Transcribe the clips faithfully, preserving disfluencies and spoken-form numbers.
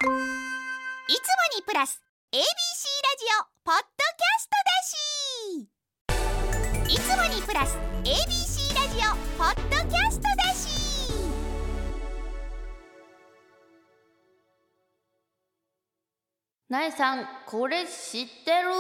いつもにプラス エービーシー ラジオポッドキャストだし、いつもにプラス エービーシー ラジオポッドキャストだし。 なえさん、これ知ってる？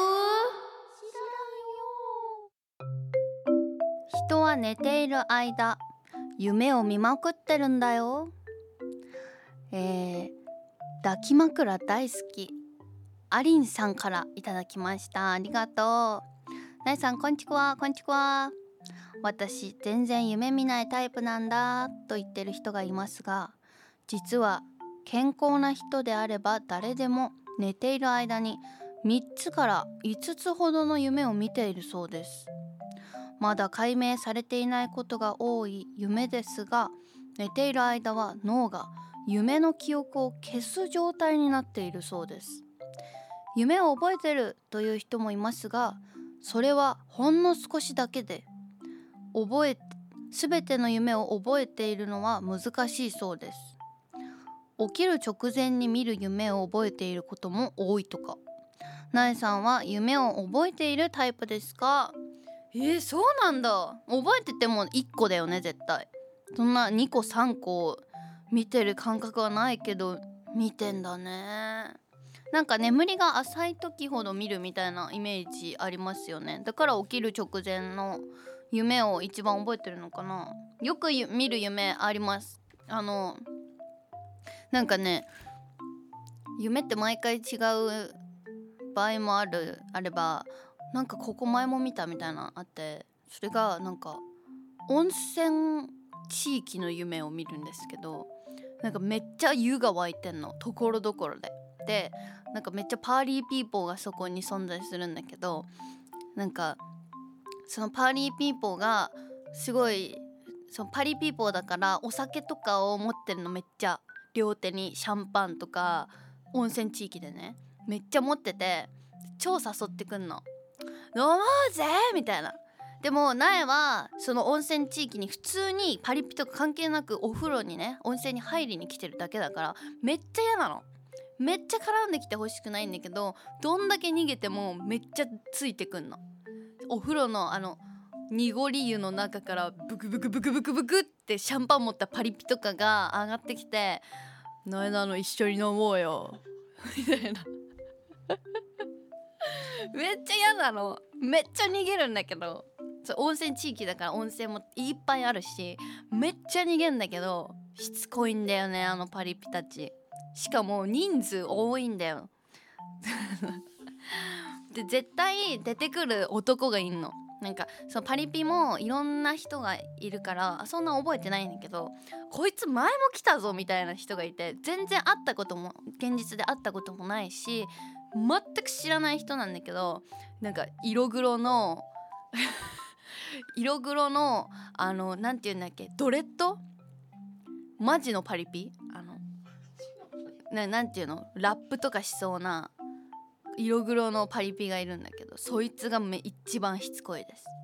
人は寝ている間、夢を見まくってるんだよ。えー、抱き枕大好きアリンさんからいただきました。ありがとう。なえさん、こんちくわこんちくわ。私全然夢見ないタイプなんだと言ってる人がいますが、実は健康な人であれば誰でも寝ている間にみっつからいつつほどの夢を見ているそうです。まだ解明されていないことが多い夢ですが、寝ている間は脳が夢の記憶を消す状態になっているそうです。夢を覚えてるという人もいますが、それはほんの少しだけで、覚え全ての夢を覚えているのは難しいそうです。起きる直前に見る夢を覚えていることも多いとか。なえさんは夢を覚えているタイプですか？えー、そうなんだ。覚えててもいっこだよね、絶対。そんなにこさんこ見てる感覚はないけど見てんだね。なんか眠りが浅い時ほど見るみたいなイメージありますよね。だから起きる直前の夢を一番覚えてるのかな。よく見る夢あります。あのなんかね、夢って毎回違う場合もあるあれば、なんかここ前も見たみたいなあって、それがなんか温泉地域の夢を見るんですけど、なんかめっちゃ湯が湧いてんの、ところどころで。でなんかめっちゃパーリーピーポーがそこに存在するんだけど、なんかそのパーリーピーポーがすごい、そのパリピーポーだからお酒とかを持ってるの、めっちゃ両手にシャンパンとか、温泉地域でねめっちゃ持ってて、超誘ってくんの。飲もうぜみたいな。でも苗はその温泉地域に普通にパリピとか関係なくお風呂にね、温泉に入りに来てるだけだから、めっちゃ嫌なの。めっちゃ絡んできてほしくないんだけど、どんだけ逃げてもめっちゃついてくんの。お風呂のあの濁り湯の中からブクブクブクブクブクってシャンパン持ったパリピとかが上がってきて、なえなの一緒に飲もうよみたいなめっちゃ嫌なの。めっちゃ逃げるんだけど、そう温泉地域だから温泉もいっぱいあるし、めっちゃ逃げんだけどしつこいんだよね、あのパリピたち。しかも人数多いんだよで絶対出てくる男がいんの。なんかそのパリピもいろんな人がいるからそんな覚えてないんだけど、こいつ前も来たぞみたいな人がいて、全然会ったことも現実で会ったこともないし全く知らない人なんだけど、なんか色黒の色黒のあのなんていうんだっけ、ドレッドマジのパリピ、あの な, なんていうのラップとかしそうな色黒のパリピがいるんだけど、そいつがめ一番しつこいです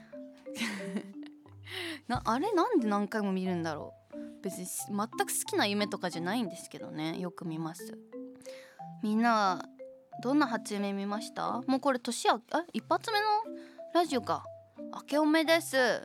なあれなんで何回も見るんだろう。別に全く好きな夢とかじゃないんですけどね、よく見ます。みんなどんな初夢見ました？もうこれ年ああ一発目のラジオか。明けおめです。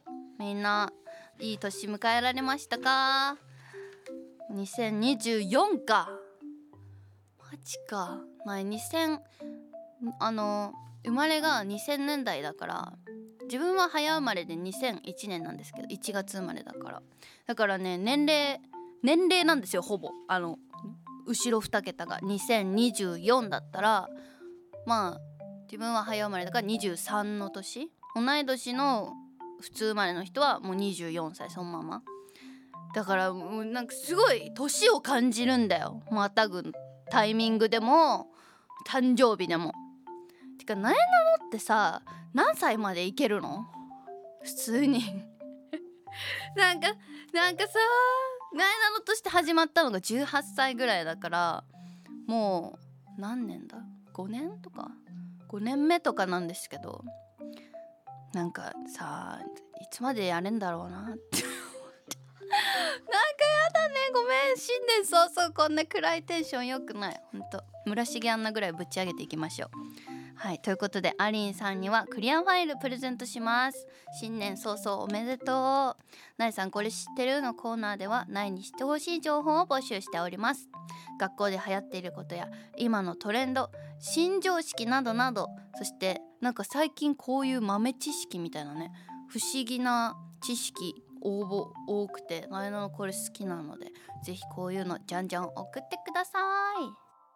みんないい年迎えられましたか？にせんにじゅうよんか。マジか。前にせんあの生まれがにせんねんだいだから、自分は早生まれでにせんいちねんなんですけどいちがつ生まれだから、だからね年齢年齢なんですよ、ほぼ。あの後ろに桁がにせんにじゅうよんだったら、まあ自分は早生まれだからにじゅうさんの年、同い年の普通生まれの人はもうにじゅうよんさいそのままだから、もうなんかすごい年を感じるんだよ、またぐタイミングでも誕生日でも。てかなえなのってさ、何歳までいけるの普通になんかなんかさ、なえなのとして始まったのがじゅうはっさいぐらいだから、もう何年だごねんとかごねんめとかなんですけど、なんかさいつまでやれんだろうなってなんかやだごめん、新年早々こんな暗いテンション良くない。ほんと村重アンナぐらいぶち上げていきましょう。はい、ということでアリンさんにはクリアファイルプレゼントします。新年早々おめでとう。ナイさんこれ知ってるのコーナーではナイに知ってほしい情報を募集しております。学校で流行っていることや今のトレンド、新常識などなど、そしてなんか最近こういう豆知識みたいなね、不思議な知識応募多くて、ナイナのこれ好きなのでぜひこういうのじゃんじゃん送ってください。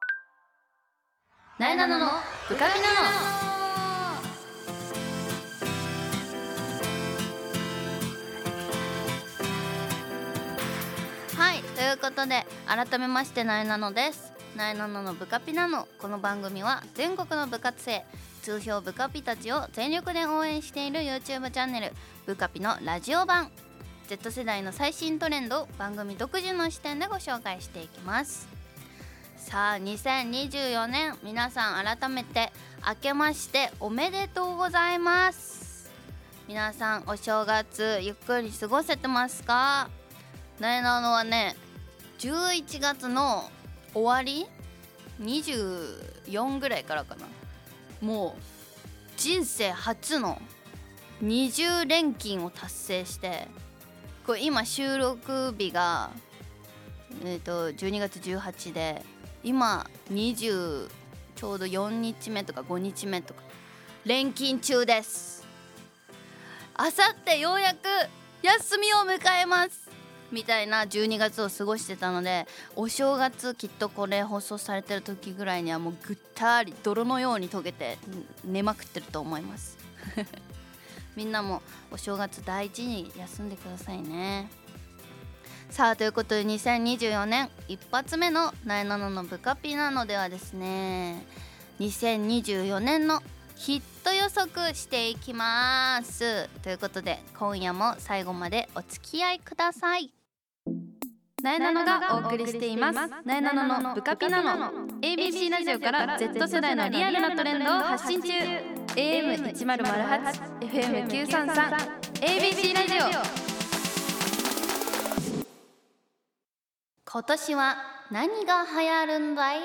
ナイナののブカピナの。はい、ということで改めましてナイナのです。ナイナののブカピナのこの番組は全国の部活生、通称ブカピたちを全力で応援している YouTube チャンネルブカピのラジオ版。 Z 世代の最新トレンドを番組独自の視点でご紹介していきます。さあにせんにじゅうよねん、皆さん改めて明けましておめでとうございます。皆さんお正月ゆっくり過ごせてますか？ナイナのはね、じゅういちがつの終わりにじゅうよんぐらいからかな、もう人生初のにじゅうれんきんを達成して、これ今収録日がえーとじゅうにがつじゅうはちで、今にじゅうちょうどよっかめとかごにちめとか連勤中です。あさってようやく休みを迎えますみたいなじゅうにがつを過ごしてたので、お正月きっとこれ放送されてる時ぐらいにはもうぐったり泥のように溶けて寝まくってると思いますみんなもお正月大事に休んでくださいね。さあということでにせんにじゅうよねん一発目のナイナノのブカピなのではですね、にせんにじゅうよねんのヒット予測していきます。ということで今夜も最後までお付き合いください。 ナイナノがお送りしていますナイナノのブカピナノ。 エービーシー ラジオから Z 世代のリアルなトレンドを発信中。 エーエムせんはち エフエムきゅうさんさん エービーシー ラジオ。 今年は何が流行るんだい？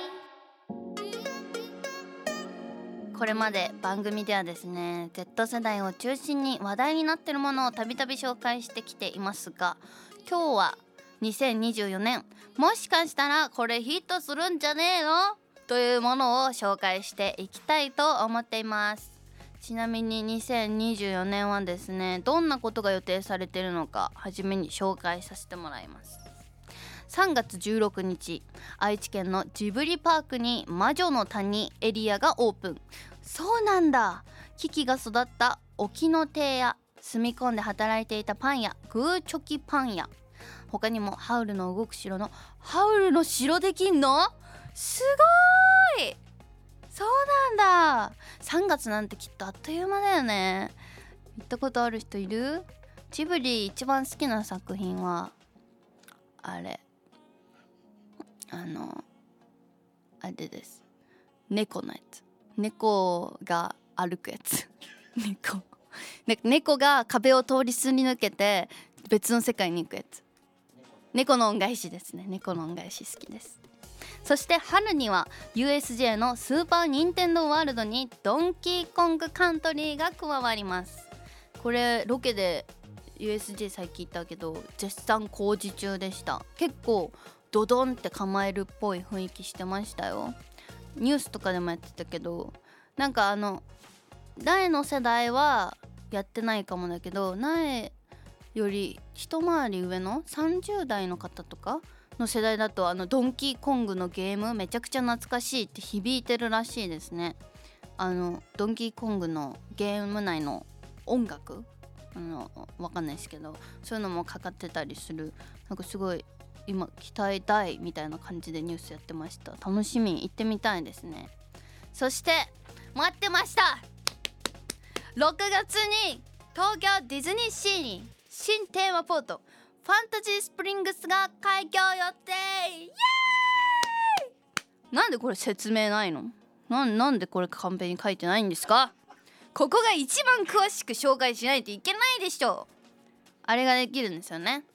これまで番組ではですね Z 世代を中心に話題になっているものをたびたび紹介してきていますが、今日はにせんにじゅうよねんもしかしたらこれヒットするんじゃねえのというものを紹介していきたいと思っています。ちなみににせんにじゅうよねんはですね、どんなことが予定されているのかはじめに紹介させてもらいます。さんがつじゅうろくにち、愛知県のジブリパークに魔女の谷エリアがオープン。そうなんだ。キキが育った沖の亭や住み込んで働いていたパン屋グーチョキパン屋、他にもハウルの動く城のハウルの城できんの？すごーい。そうなんだ。さんがつなんてきっとあっという間だよね。行ったことある人いる？ジブリ一番好きな作品はあれあのあれです。猫のやつ。猫が歩くやつ猫ね猫が壁を通りすり抜けて別の世界に行くやつ。猫の恩返しですね。猫の恩返し好きです。そして春には ユーエスジェー のスーパーニンテンドーワールドにドンキーコングカントリーが加わります。これロケで ユーエスジェー 最近行ったけど絶賛工事中でした。結構ドドンって構えるっぽい雰囲気してましたよ。ニュースとかでもやってたけど、なんかあの前の世代はやってないかもだけど、苗より一回り上のさんじゅうだいの方とかの世代だとあのドンキーコングのゲームめちゃくちゃ懐かしいって響いてるらしいですね。あのドンキーコングのゲーム内の音楽あのわかんないですけど、そういうのもかかってたりする。なんかすごい今期待大みたいな感じでニュースやってました。楽しみに行ってみたいですね。そして待ってました、ろくがつに東京ディズニーシーに新テーマポートファンタジースプリングスが開業予定。イエーイ。なんでこれ説明ないの？な, なんでこれカンペに書いてないんですか？ここが一番詳しく紹介しないといけないでしょ。あれができるんですよね。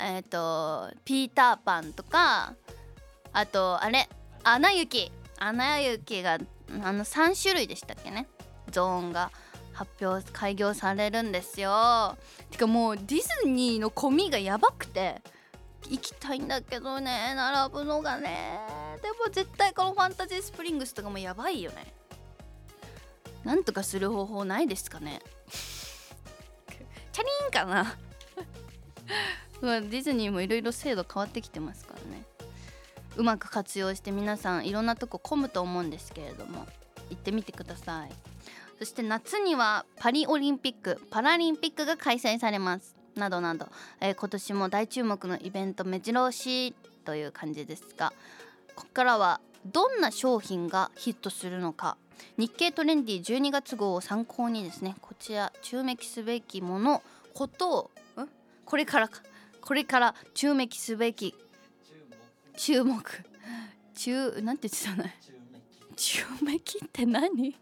えっとピーターパンとか、あとあれアナ雪アナ雪があのさん種類でしたっけね、ゾーンが発表開業されるんですよ。てかもうディズニーの込みがやばくて行きたいんだけどね、並ぶのがね。でも絶対このファンタジースプリングスとかもやばいよね。なんとかする方法ないですかね。チャリーンかなディズニーもいろいろ制度変わってきてますからね。うまく活用して皆さんいろんなとこ混むと思うんですけれども、行ってみてください。そして夏にはパリオリンピックパラリンピックが開催されますなどなど、えー、今年も大注目のイベント目白押しという感じですが、ここからはどんな商品がヒットするのか、日経トレンディじゅうにがつ号を参考にですね、こちら注目すべきものことをんこれからかこれから注目すべき注目注なんて言ってたの注目って何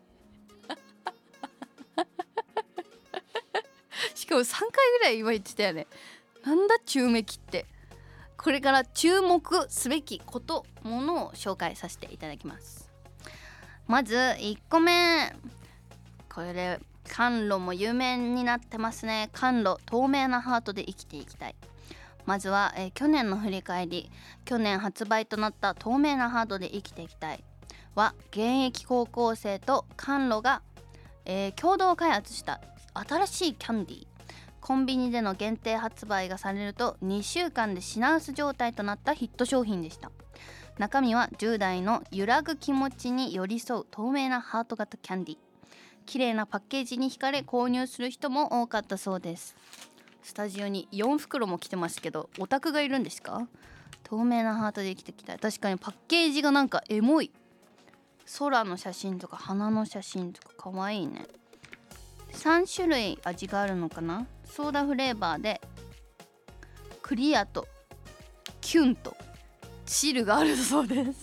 しかもさんかいぐらい今言ってたよね。なんだ注目って。これから注目すべきことものを紹介させていただきます。まずいっこめ、これ甘露も有名になってますね。甘露透明なハートで生きていきたい。まずは、えー、去年の振り返り。去年発売となった透明なハートで生きていきたいは現役高校生と甘露が、えー、共同開発した新しいキャンディー。コンビニでの限定発売がされるとにしゅうかんで品薄状態となったヒット商品でした。中身はじゅう代の揺らぐ気持ちに寄り添う透明なハート型キャンディー。綺麗なパッケージに惹かれ購入する人も多かったそうです。スタジオによん袋も来てますけど、オタクがいるんですか？透明なハートで生きてきたい。確かにパッケージがなんかエモい。空の写真とか花の写真とかかわいいね。さん種類味があるのかな。ソーダフレーバーでクリアとキュンとチルがあるそうです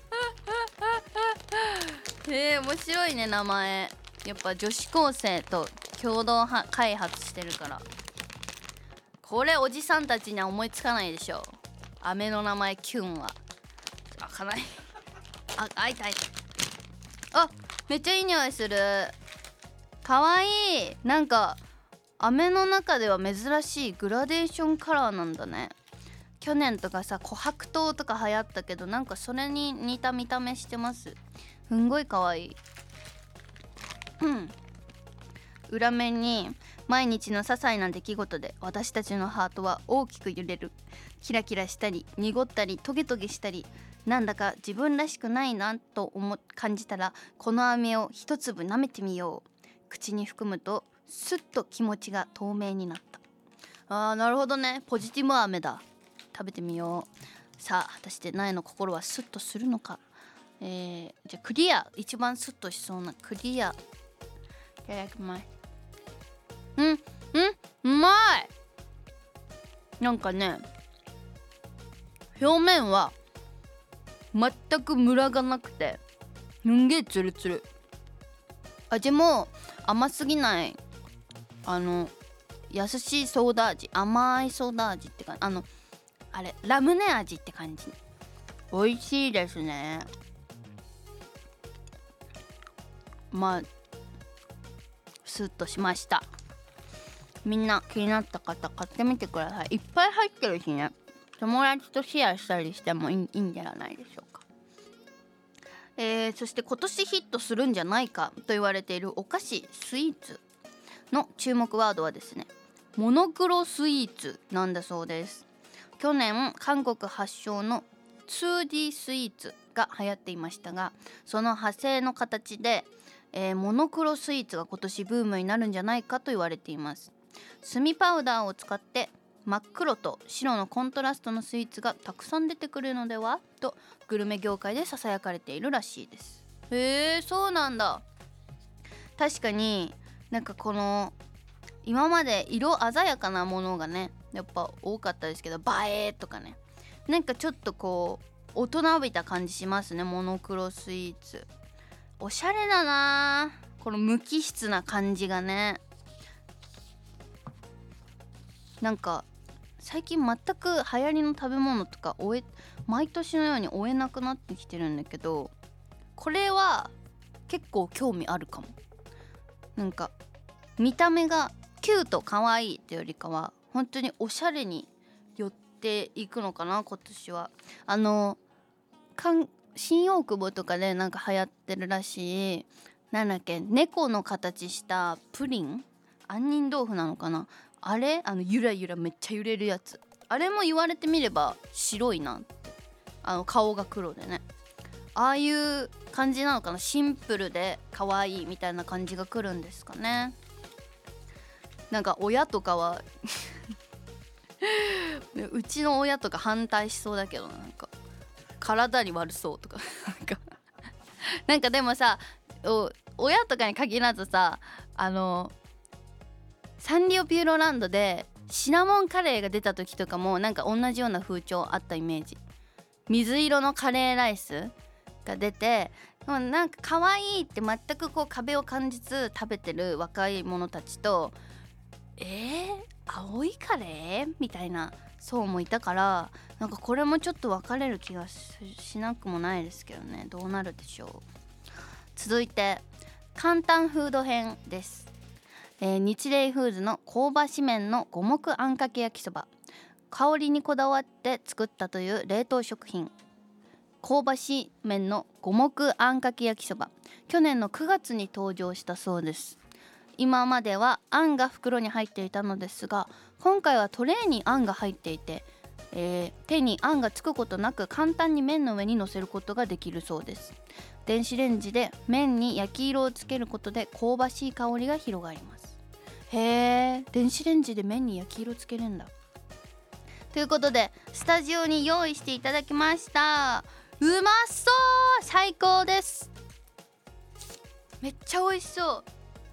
えー、面白いね名前。やっぱ女子高生と共同開発してるから、これおじさんたちには思いつかないでしょ。飴の名前キュンは開かないあ、開いた開いた。あ、めっちゃいい匂いする。かわいい。なんか飴の中では珍しいグラデーションカラーなんだね。去年とかさ琥珀糖とか流行ったけど、なんかそれに似た見た目してます。すんごいかわいい。うん裏面に毎日の些細な出来事で私たちのハートは大きく揺れる。キラキラしたり濁ったりトゲトゲしたり、なんだか自分らしくないなと思感じたら、この飴を一粒舐めてみよう。口に含むとスッと気持ちが透明になった。あーなるほどね、ポジティブ飴だ。食べてみよう。さあ果たして苗の心はスッとするのか。えー、じゃあクリア、一番スッとしそうなクリア。いただきます。うんうんうまい。なんかね表面は全くムラがなくてすんげえツルツル。味も甘すぎない、あの優しいソーダ味、甘いソーダ味ってか、あのあれラムネ味って感じ。美味しいですね。まあスッとしました。みんな気になった方買ってみてください。いっぱい入ってるしね、友達とシェアしたりしてもいい、いいんじゃないでしょうか。えー、そして今年ヒットするんじゃないかと言われているお菓子スイーツの注目ワードはですね、モノクロスイーツなんだそうです。去年韓国発祥の ツーディー スイーツが流行っていましたが、その派生の形で、えー、モノクロスイーツが今年ブームになるんじゃないかと言われています。炭パウダーを使って真っ黒と白のコントラストのスイーツがたくさん出てくるのではとグルメ業界でささやかれているらしいです。へえ、そうなんだ。確かになんかこの今まで色鮮やかなものがねやっぱ多かったですけど、映えとかね、なんかちょっとこう大人びた感じしますね、モノクロスイーツ。おしゃれだな、この無機質な感じがね。なんか最近全く流行りの食べ物とか終え毎年のように追えなくなってきてるんだけど、これは結構興味あるかも。なんか見た目がキュート可愛いってよりかは本当におしゃれに寄っていくのかな今年は。あのかん新大久保とかでなんか流行ってるらしい、なんだっけ、猫の形したプリン、杏仁豆腐なのかな、あれ、あのゆらゆらめっちゃ揺れるやつ、あれも言われてみれば白いなって、あの顔が黒でね、ああいう感じなのかな、シンプルで可愛いみたいな感じが来るんですかね。なんか親とかはうちの親とか反対しそうだけど、なんか体に悪そうとかなんかなんかでもさ、親とかに限らずさ、あのサンリオピューロランドでシナモンカレーが出た時とかもなんか同じような風潮あったイメージ。水色のカレーライスが出て、でもなんか可愛いって全くこう壁を感じず食べてる若い者たちと、えー、青いカレーみたいな層もいたから、なんかこれもちょっと分かれる気が し, しなくもないですけどね。どうなるでしょう。続いて簡単フード編です。えー、日霊フーズの香ばし麺の五目あんかけ焼きそば、香りにこだわって作ったという冷凍食品。香ばし麺の五目あんかけ焼きそば、去年のくがつに登場したそうです。今まではあんが袋に入っていたのですが、今回はトレーにあんが入っていて、えー、手にあんがつくことなく簡単に麺の上に乗せることができるそうです。電子レンジで麺に焼き色をつけることで香ばしい香りが広がります。へー、電子レンジで麺に焼き色つけるんだ。ということでスタジオに用意していただきました。うまそう、最高です。めっちゃ美味しそう。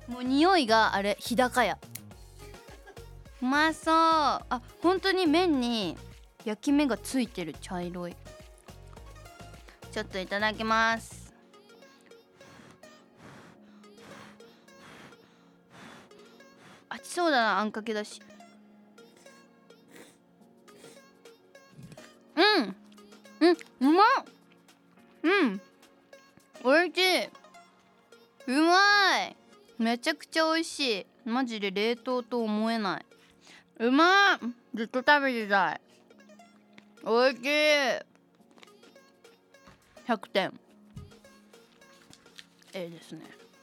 もう匂いがあれ、日高屋。うまそう。あ、本当に麺に焼き目がついてる、茶色い。ちょっといただきます。熱そうだな、あんかけだし。うんうん、うまっ。うんおいしい、うまい、めちゃくちゃおいしい。マジで冷凍と思えない。うまっ、ずっと食べてたい。おいしい、ひゃくてん。ええですね。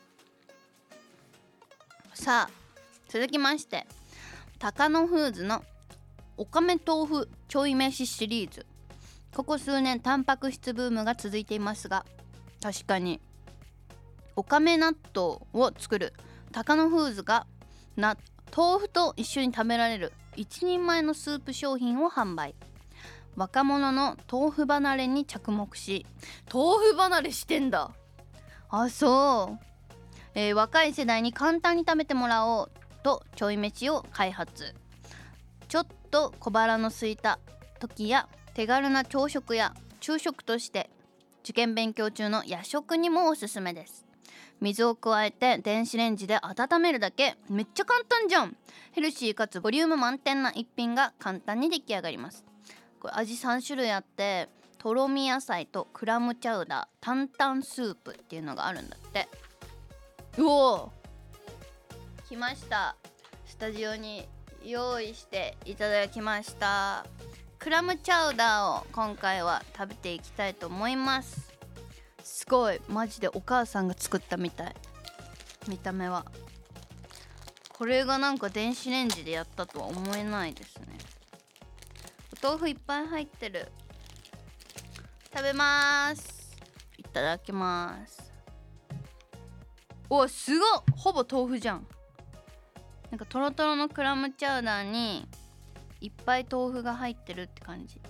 さあ続きまして、高野フーズのおかめ豆腐ちょい飯シリーズ。ここ数年タンパク質ブームが続いていますが、確かにおかめ納豆を作る高野フーズがな豆腐と一緒に食べられる一人前のスープ商品を販売。若者の豆腐離れに着目し、豆腐離れしてんだ。あ、そう、えー、若い世代に簡単に食べてもらおうとちょい飯を開発。ちょっと小腹の空いた時や手軽な朝食や昼食として受験勉強中の夜食にもおすすめです。水を加えて電子レンジで温めるだけ、めっちゃ簡単じゃん。ヘルシーかつボリューム満点な一品が簡単に出来上がります。これ味さんしゅるいあって、とろみ野菜とクラムチャウダー、担々スープっていうのがあるんだって。うおー、来ました。スタジオに用意していただきましたクラムチャウダーを今回は食べていきたいと思います。すごい、マジでお母さんが作ったみたい、見た目は。これがなんか電子レンジでやったとは思えないですね。お豆腐いっぱい入ってる。食べまーす。いただきます。お、すごっ、ほぼ豆腐じゃん。なんかトロトロのクラムチャウダーにいっぱい豆腐が入ってるって感じ。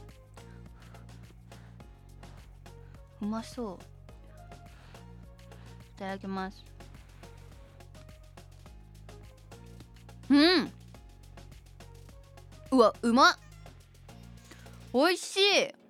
うまそう。いただきます。うん、うわ、うまっ、おいしい、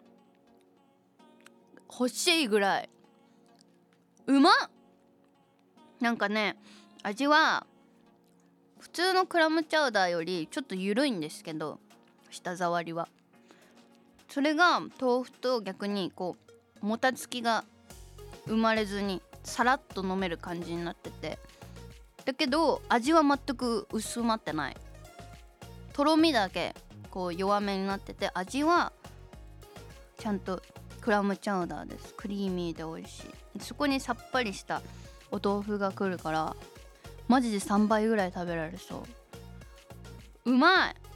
欲しいぐらいうまっ。なんかね、味は普通のクラムチャウダーよりちょっと緩いんですけど、 舌触りは。それが豆腐と逆にこうもたつきが生まれずにさらっと飲める感じになってて、だけど味は全く薄まってない。とろみだけこう弱めになってて、味はちゃんとクラムチャウダーです。クリーミーで美味しい。そこにさっぱりしたお豆腐が来るからマジでさんばいぐらい食べられそう。うまい。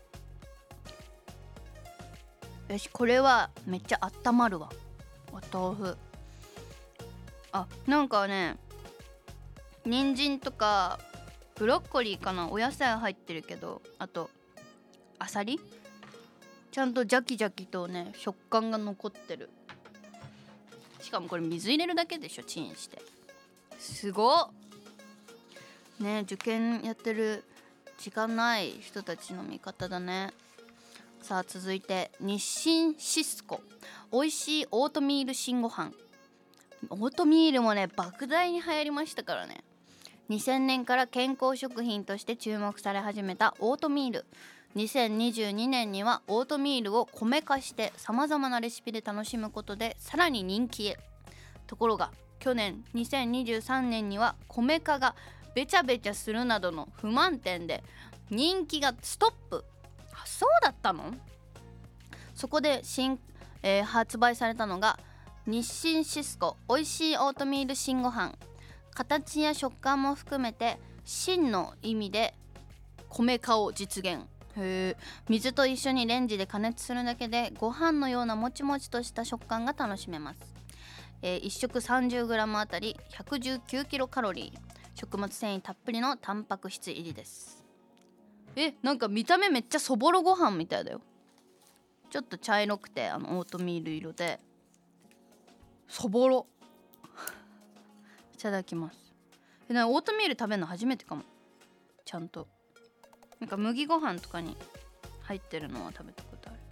よし、これはめっちゃあったまるわ、お豆腐。あ、なんかね、人参とかブロッコリーかな、お野菜入ってるけど、あとあさり、ちゃんとジャキジャキとね食感が残ってる。しかもこれ水入れるだけでしょ、チンして。すごっね。受験やってる時間ない人たちの味方だね。さあ続いて日清シスコ美味しいオートミール新ご飯。オートミールもね莫大に流行りましたからね。にせんねんから健康食品として注目され始めたオートミール。にせんにじゅうにねんにはオートミールを米化してさまざまなレシピで楽しむことでさらに人気へ。ところが去年にせんにじゅうさんねんには米化がべちゃべちゃするなどの不満点で人気がストップ。あ、そうだったの？そこで新、えー、発売されたのが日清シスコ美味しいオートミール新ご飯。形や食感も含めて新の意味で米化を実現。へー。水と一緒にレンジで加熱するだけでご飯のようなもちもちとした食感が楽しめます。えー、いっ食 さんじゅうグラム あたり ひゃくじゅうきゅうキロカロリー、食物繊維たっぷりのタンパク質入りです。え、なんか見た目めっちゃそぼろご飯みたいだよ。ちょっと茶色くてあのオートミール色でそぼろいただきます。え、なんかオートミール食べるの初めてかも。ちゃんとなんか麦ご飯とかに入ってるのは食べたことある。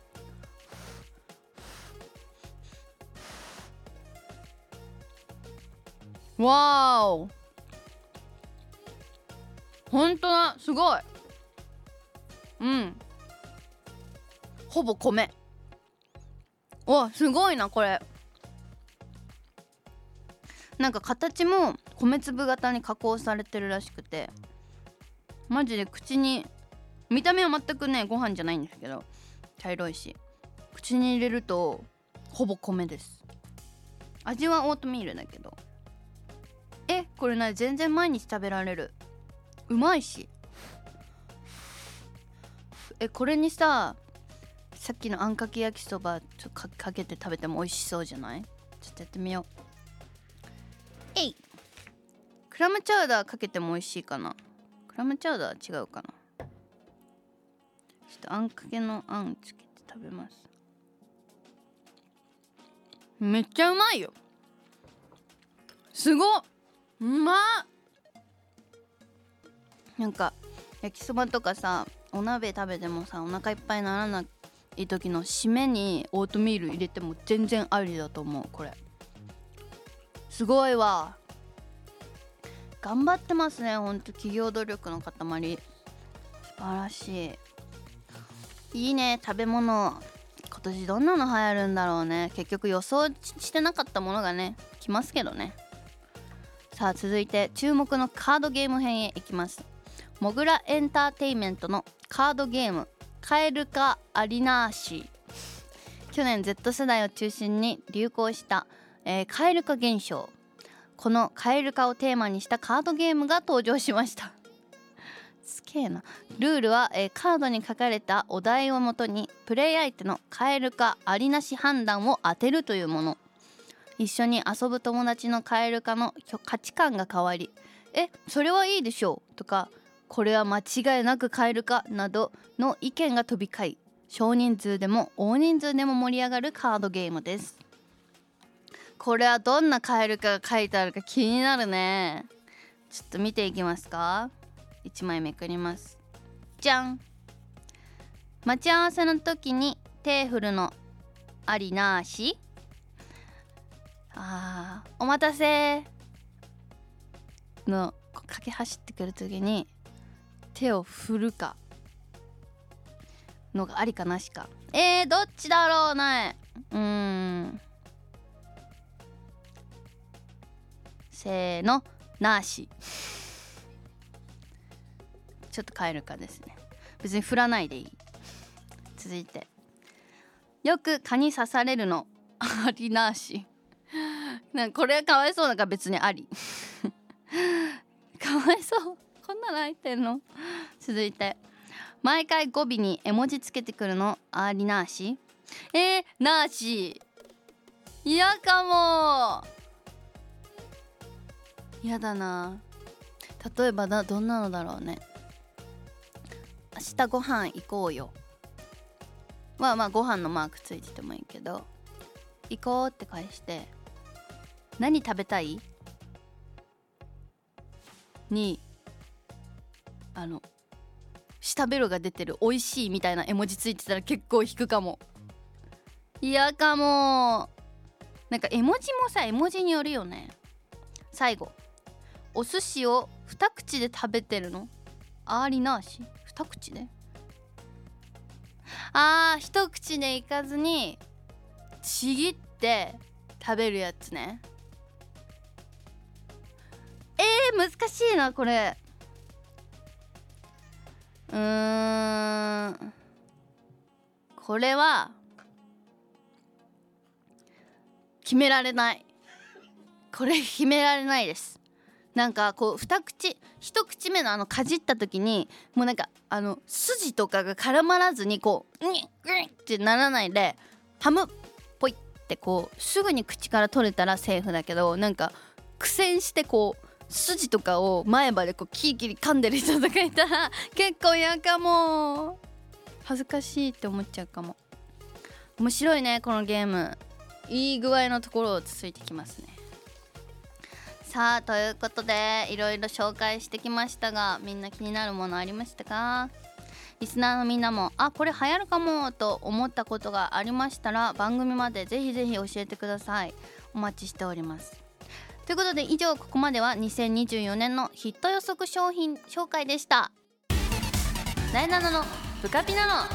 わーお、ほんとだ、すごい。うん、ほぼ米。わ、すごいなこれ。なんか形も米粒型に加工されてるらしくて、マジで口に、見た目は全くねご飯じゃないんですけど茶色いし、口に入れるとほぼ米です。味はオートミールだけど、え、これな、全然毎日食べられる。うまいし。え、これにさ、さっきのあんかけ焼きそばちょっと か, かけて食べても美味しそうじゃない？ちょっとやってみよう。えい。クラムチャウダーかけても美味しいかな。クラムチャウダーは違うかな。ちょっとあんかけのあんつけて食べます。めっちゃうまいよ。すごっ、うまっ。なんか焼きそばとかさ、お鍋食べてもさお腹いっぱいにならない時の締めにオートミール入れても全然ありだと思う。これすごいわ。頑張ってますね、ほんと企業努力の塊。素晴らしい。いいね、食べ物。今年どんなの流行るんだろうね。結局予想してなかったものがね来ますけどね。さあ続いて注目のカードゲーム編へ行きます。モグラエンターテイメントのカードゲームカエル化アリナーシー。去年 Z 世代を中心に流行した、えー、カエル化現象。このカエル化をテーマにしたカードゲームが登場しました。すげえな。ルールは、えー、カードに書かれたお題をもとにプレイ相手のカエル化ありなし判断を当てるというもの。一緒に遊ぶ友達のカエル化の価値観が変わり、え、それはいいでしょうとか、これは間違いなくカエル化などの意見が飛び交い、少人数でも大人数でも盛り上がるカードゲームです。これはどんなカエル化が書いてあるか気になるね。ちょっと見ていきますか。いちまいめくります。じゃん。待ち合わせの時に手振るのありなし。あー、お待たせの駆け走ってくる時に手を振るかのがありかなしか。えー、どっちだろうな。うーんせーの、なし。ちょっと変えるかですね。別に振らないでいい。続いて、よく蚊に刺されるのありなし。なんかこれはかわいそうだから別にあり。かわいそう、こんなの入ってんの。続いて、毎回語尾に絵文字つけてくるのありなし。えー、なし。嫌かも。嫌だな。例えばだどんなのだろうね。明日ご飯行こうよ。まあまあご飯のマークついててもいいけど、行こうって返して、何食べたいにあの舌ベロが出てる美味しいみたいな絵文字ついてたら結構引くかも。嫌かも。なんか絵文字もさ、絵文字によるよね。最後、お寿司を二口で食べてるのありなし。二口で、あー、一口でいかずにちぎって食べるやつね。えー、難しいなこれ。うーんこれは決められない。これ決められないです。なんかこう二口一口目のあのかじった時にもうなんかあの筋とかが絡まらずにこうにっグリッってならないで、ハムポイってこうすぐに口から取れたらセーフだけど、なんか苦戦してこう筋とかを前歯でこうキリキリ噛んでる人とかいたら結構嫌かも。恥ずかしいって思っちゃうかも。面白いねこのゲーム。いい具合のところをついてきますね。さあということでいろいろ紹介してきましたが、みんな気になるものありましたか？リスナーのみんなもあこれ流行るかもと思ったことがありましたら番組までぜひぜひ教えてください。お待ちしております。ということで以上、ここまではにせんにじゅうよねんのヒット予測商品紹介でした。なえなののブカピナの。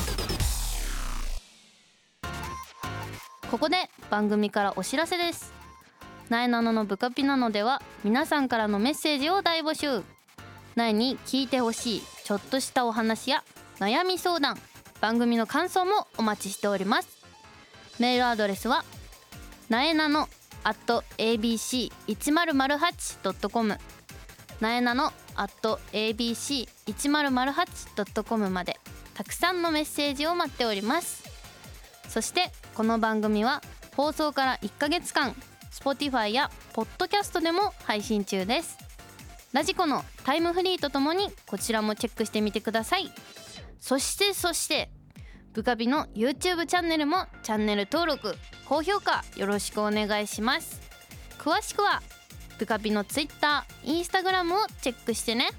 ここで番組からお知らせです。なえなののブカピナのでは皆さんからのメッセージを大募集。なえに聞いてほしいちょっとしたお話や悩み相談、番組の感想もお待ちしております。メールアドレスはなえなの アットエービーシーいちまるまるはちドットコム なえなの アットエービーシーいちまるまるはちドットコム までたくさんのメッセージを待っております。そしてこの番組は放送からいっかげつかん Spotify や Podcast でも配信中です。ラジコのタイムフリーとともにこちらもチェックしてみてください。そしてそしてブカビの YouTube チャンネルもチャンネル登録高評価よろしくお願いします。詳しくはブカビの Twitter、Instagram をチェックしてね。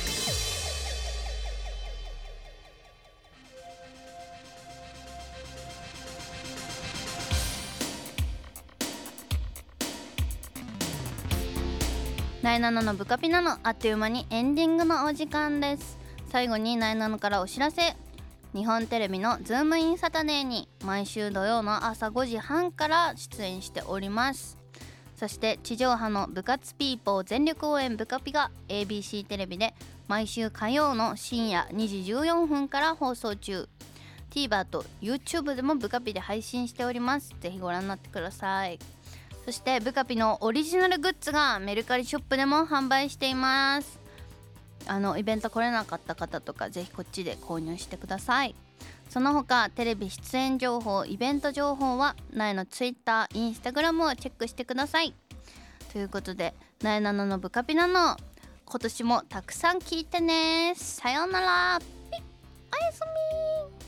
なえなののブカピナのあっという間にエンディングのお時間です。最後になえなのからお知らせ。日本テレビのズームインサタデーに毎週土曜の朝ごじはんから出演しております。そして地上波の部活ピーポー全力応援ブカピが エービーシー テレビで毎週火曜の深夜にじじゅうよんぷんから放送中。 TVer と YouTube でもブカピで配信しております。ぜひご覧になってください。そしてブカピのオリジナルグッズがメルカリショップでも販売しています。あのイベント来れなかった方とかぜひこっちで購入してください。その他テレビ出演情報、イベント情報はなえの Twitter、Instagram をチェックしてください。ということでなえなののブカピナの今年もたくさん聞いてね。さようなら。おやすみ。